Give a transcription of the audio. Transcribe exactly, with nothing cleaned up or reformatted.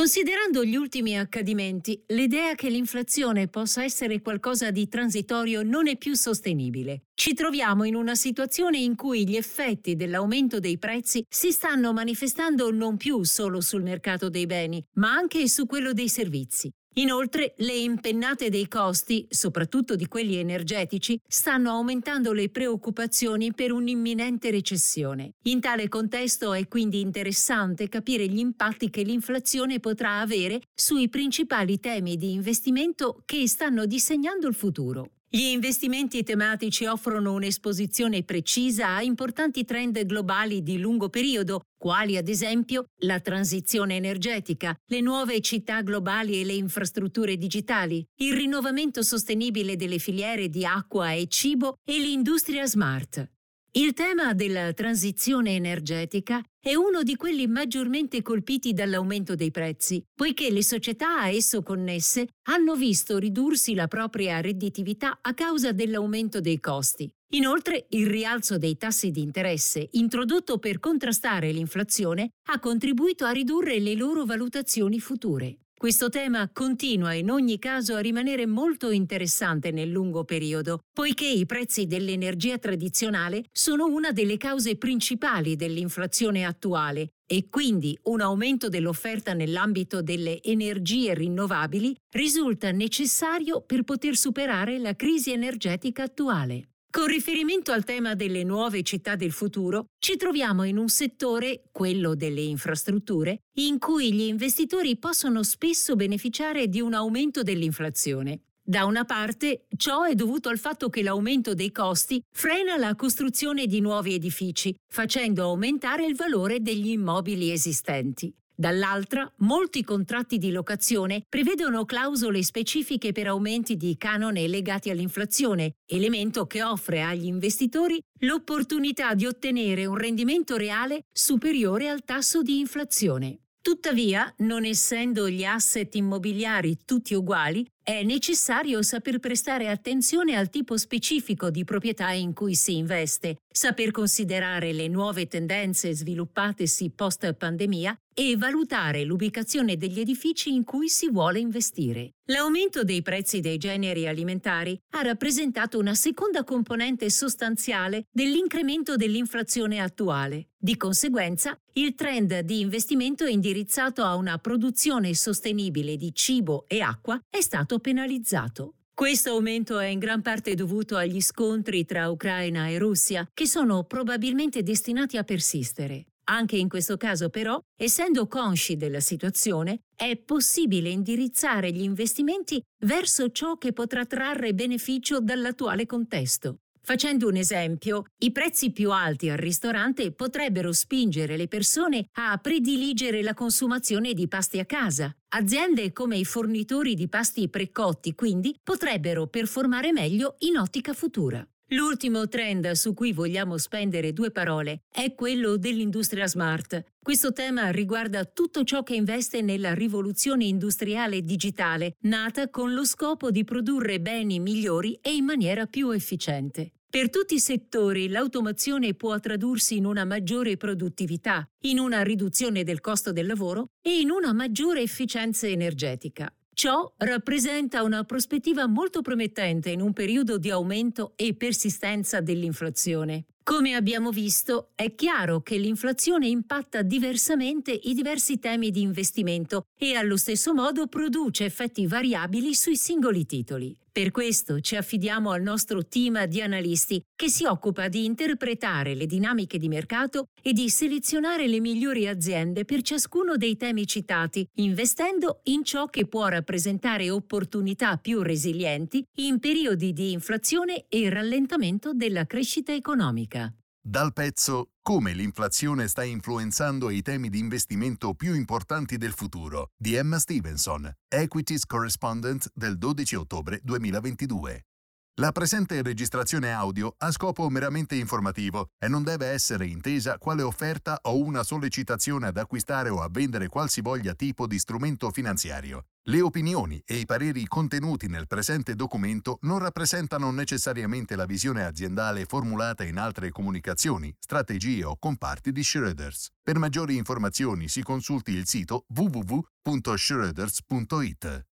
Considerando gli ultimi accadimenti, l'idea che l'inflazione possa essere qualcosa di transitorio non è più sostenibile. Ci troviamo in una situazione in cui gli effetti dell'aumento dei prezzi si stanno manifestando non più solo sul mercato dei beni, ma anche su quello dei servizi. Inoltre, le impennate dei costi, soprattutto di quelli energetici, stanno aumentando le preoccupazioni per un'imminente recessione. In tale contesto è quindi interessante capire gli impatti che l'inflazione potrà avere sui principali temi di investimento che stanno disegnando il futuro. Gli investimenti tematici offrono un'esposizione precisa a importanti trend globali di lungo periodo, quali ad esempio la transizione energetica, le nuove città globali e le infrastrutture digitali, il rinnovamento sostenibile delle filiere di acqua e cibo e l'industria smart. Il tema della transizione energetica è uno di quelli maggiormente colpiti dall'aumento dei prezzi, poiché le società a esso connesse hanno visto ridursi la propria redditività a causa dell'aumento dei costi. Inoltre, il rialzo dei tassi di interesse, introdotto per contrastare l'inflazione, ha contribuito a ridurre le loro valutazioni future. Questo tema continua in ogni caso a rimanere molto interessante nel lungo periodo, poiché i prezzi dell'energia tradizionale sono una delle cause principali dell'inflazione attuale e quindi un aumento dell'offerta nell'ambito delle energie rinnovabili risulta necessario per poter superare la crisi energetica attuale. Con riferimento al tema delle nuove città del futuro, ci troviamo in un settore, quello delle infrastrutture, in cui gli investitori possono spesso beneficiare di un aumento dell'inflazione. Da una parte, ciò è dovuto al fatto che l'aumento dei costi frena la costruzione di nuovi edifici, facendo aumentare il valore degli immobili esistenti. Dall'altra, molti contratti di locazione prevedono clausole specifiche per aumenti di canone legati all'inflazione, elemento che offre agli investitori l'opportunità di ottenere un rendimento reale superiore al tasso di inflazione. Tuttavia, non essendo gli asset immobiliari tutti uguali, è necessario saper prestare attenzione al tipo specifico di proprietà in cui si investe, saper considerare le nuove tendenze sviluppatesi post-pandemia e valutare l'ubicazione degli edifici in cui si vuole investire. L'aumento dei prezzi dei generi alimentari ha rappresentato una seconda componente sostanziale dell'incremento dell'inflazione attuale. Di conseguenza, il trend di investimento indirizzato a una produzione sostenibile di cibo e acqua è stato penalizzato. Questo aumento è in gran parte dovuto agli scontri tra Ucraina e Russia, che sono probabilmente destinati a persistere. Anche in questo caso, però, essendo consci della situazione, è possibile indirizzare gli investimenti verso ciò che potrà trarre beneficio dall'attuale contesto. Facendo un esempio, i prezzi più alti al ristorante potrebbero spingere le persone a prediligere la consumazione di pasti a casa. Aziende come i fornitori di pasti precotti, quindi, potrebbero performare meglio in ottica futura. L'ultimo trend su cui vogliamo spendere due parole è quello dell'industria smart. Questo tema riguarda tutto ciò che investe nella rivoluzione industriale digitale, nata con lo scopo di produrre beni migliori e in maniera più efficiente. Per tutti i settori l'automazione può tradursi in una maggiore produttività, in una riduzione del costo del lavoro e in una maggiore efficienza energetica. Ciò rappresenta una prospettiva molto promettente in un periodo di aumento e persistenza dell'inflazione. Come abbiamo visto, è chiaro che l'inflazione impatta diversamente i diversi temi di investimento e allo stesso modo produce effetti variabili sui singoli titoli. Per questo ci affidiamo al nostro team di analisti che si occupa di interpretare le dinamiche di mercato e di selezionare le migliori aziende per ciascuno dei temi citati, investendo in ciò che può rappresentare opportunità più resilienti in periodi di inflazione e rallentamento della crescita economica. Dal pezzo Come l'inflazione sta influenzando i temi di investimento più importanti del futuro di Emma Stevenson, Equities Correspondent del dodici ottobre duemilaventidue. La presente registrazione audio ha scopo meramente informativo e non deve essere intesa quale offerta o una sollecitazione ad acquistare o a vendere qualsivoglia tipo di strumento finanziario. Le opinioni e i pareri contenuti nel presente documento non rappresentano necessariamente la visione aziendale formulata in altre comunicazioni, strategie o comparti di Schroders. Per maggiori informazioni si consulti il sito w w w punto schroders punto i t.